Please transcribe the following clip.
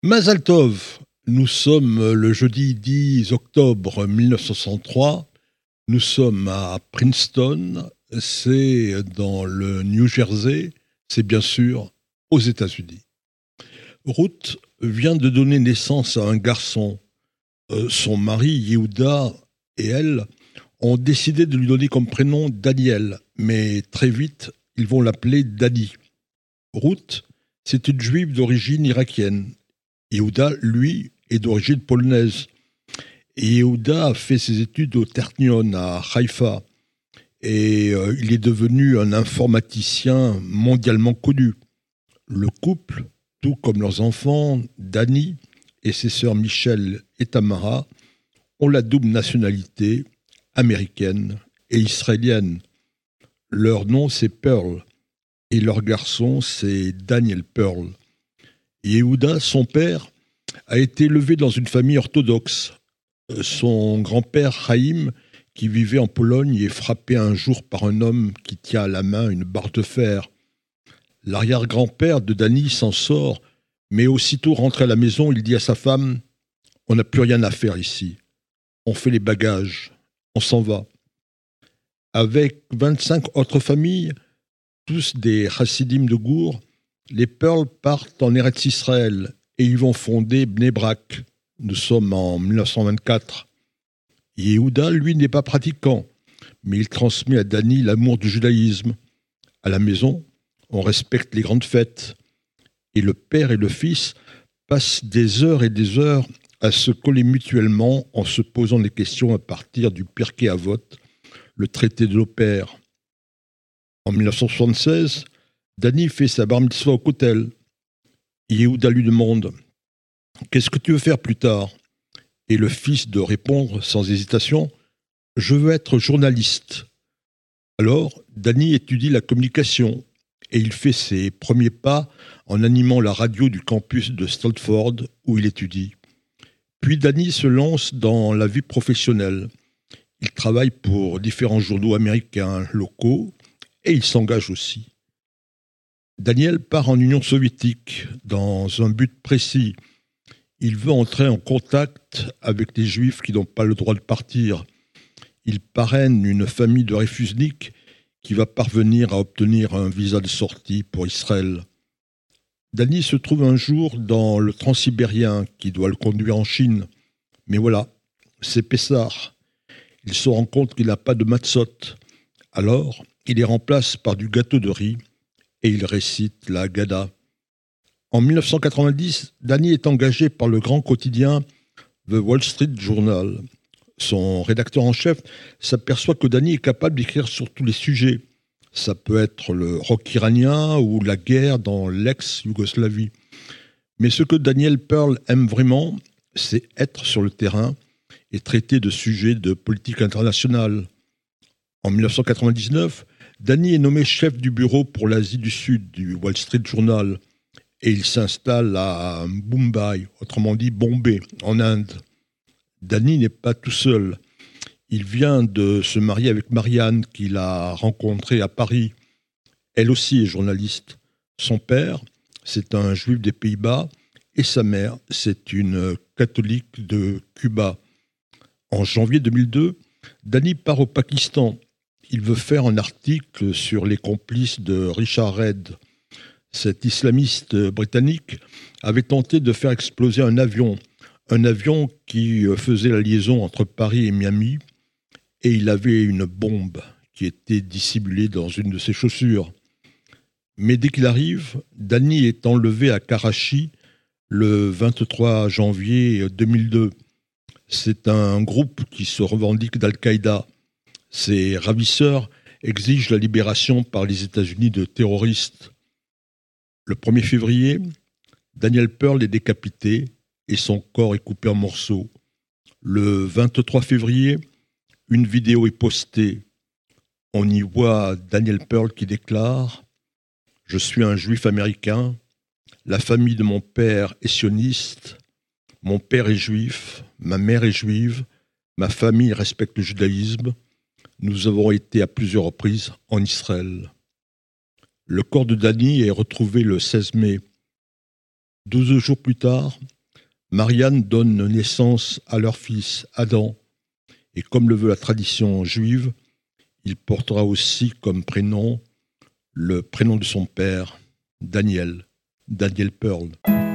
Mazal Tov, nous sommes le jeudi 10 octobre 1963, nous sommes à Princeton, c'est dans le New Jersey, c'est bien sûr aux États-Unis. Ruth vient de donner naissance à un garçon. Son mari, Yehuda, et elle ont décidé de lui donner comme prénom Daniel, mais très vite, ils vont l'appeler Dani. Ruth, c'est une juive d'origine irakienne. Yehuda, lui, est d'origine polonaise. Et Yehuda a fait ses études au Ternion à Haïfa. Et il est devenu un informaticien mondialement connu. Le couple, tout comme leurs enfants, Dani et ses sœurs Michel et Tamara, ont la double nationalité américaine et israélienne. Leur nom, c'est Pearl. Et leur garçon, c'est Daniel Pearl. Yehuda, son père, a été élevé dans une famille orthodoxe. Son grand-père, Chaim, qui vivait en Pologne, est frappé un jour par un homme qui tient à la main une barre de fer. L'arrière-grand-père de Dani s'en sort, mais aussitôt rentré à la maison, il dit à sa femme « On n'a plus rien à faire ici. On fait les bagages. On s'en va. » Avec 25 autres familles, tous des chassidim de Gour, les Pearl partent en Eretz Israël et ils vont fonder Bnei Brak. Nous sommes en 1924. Yehuda, lui, n'est pas pratiquant, mais il transmet à Dani l'amour du judaïsme. À la maison, on respecte les grandes fêtes. Et le père et le fils passent des heures et des heures à se coller mutuellement en se posant des questions à partir du Pirkei Avot, le traité de l'Opère. En 1976, Dani fait sa bar mitzvah au Kotel. Yehuda lui demande « Qu'est-ce que tu veux faire plus tard ?» Et le fils de répondre sans hésitation « Je veux être journaliste. » Alors, Dani étudie la communication et il fait ses premiers pas en animant la radio du campus de Stanford où il étudie. Puis Dani se lance dans la vie professionnelle. Il travaille pour différents journaux américains locaux et il s'engage aussi. Daniel part en Union soviétique dans un but précis. Il veut entrer en contact avec les Juifs qui n'ont pas le droit de partir. Il parraine une famille de réfusniks qui va parvenir à obtenir un visa de sortie pour Israël. Dani se trouve un jour dans le transsibérien qui doit le conduire en Chine. Mais voilà, c'est Pessar. Il se rend compte qu'il n'a pas de matzot. Alors, il les remplace par du gâteau de riz et il récite la Haggadah. En 1990, Dani est engagé par le grand quotidien The Wall Street Journal. Son rédacteur en chef s'aperçoit que Dani est capable d'écrire sur tous les sujets. Ça peut être le rock iranien ou la guerre dans l'ex-Yougoslavie. Mais ce que Daniel Pearl aime vraiment, c'est être sur le terrain et traiter de sujets de politique internationale. En 1999, Dani est nommé chef du bureau pour l'Asie du Sud du Wall Street Journal et il s'installe à Mumbai, autrement dit Bombay, en Inde. Dani n'est pas tout seul. Il vient de se marier avec Marianne, qu'il a rencontrée à Paris. Elle aussi est journaliste. Son père, c'est un juif des Pays-Bas, et sa mère, c'est une catholique de Cuba. En janvier 2002, Dani part au Pakistan. Il veut faire un article sur les complices de Richard Redd. Cet islamiste britannique avait tenté de faire exploser un avion qui faisait la liaison entre Paris et Miami, et il avait une bombe qui était dissimulée dans une de ses chaussures. Mais dès qu'il arrive, Dani est enlevé à Karachi le 23 janvier 2002. C'est un groupe qui se revendique d'Al-Qaïda. Ses ravisseurs exigent la libération par les États-Unis de terroristes. Le 1er février, Daniel Pearl est décapité et son corps est coupé en morceaux. Le 23 février, une vidéo est postée. On y voit Daniel Pearl qui déclare « Je suis un juif américain. La famille de mon père est sioniste. Mon père est juif. Ma mère est juive. Ma famille respecte le judaïsme. Nous avons été à plusieurs reprises en Israël. » Le corps de Dani est retrouvé le 16 mai. 12 jours plus tard, Marianne donne naissance à leur fils Adam, et comme le veut la tradition juive, il portera aussi comme prénom le prénom de son père, Daniel Pearl.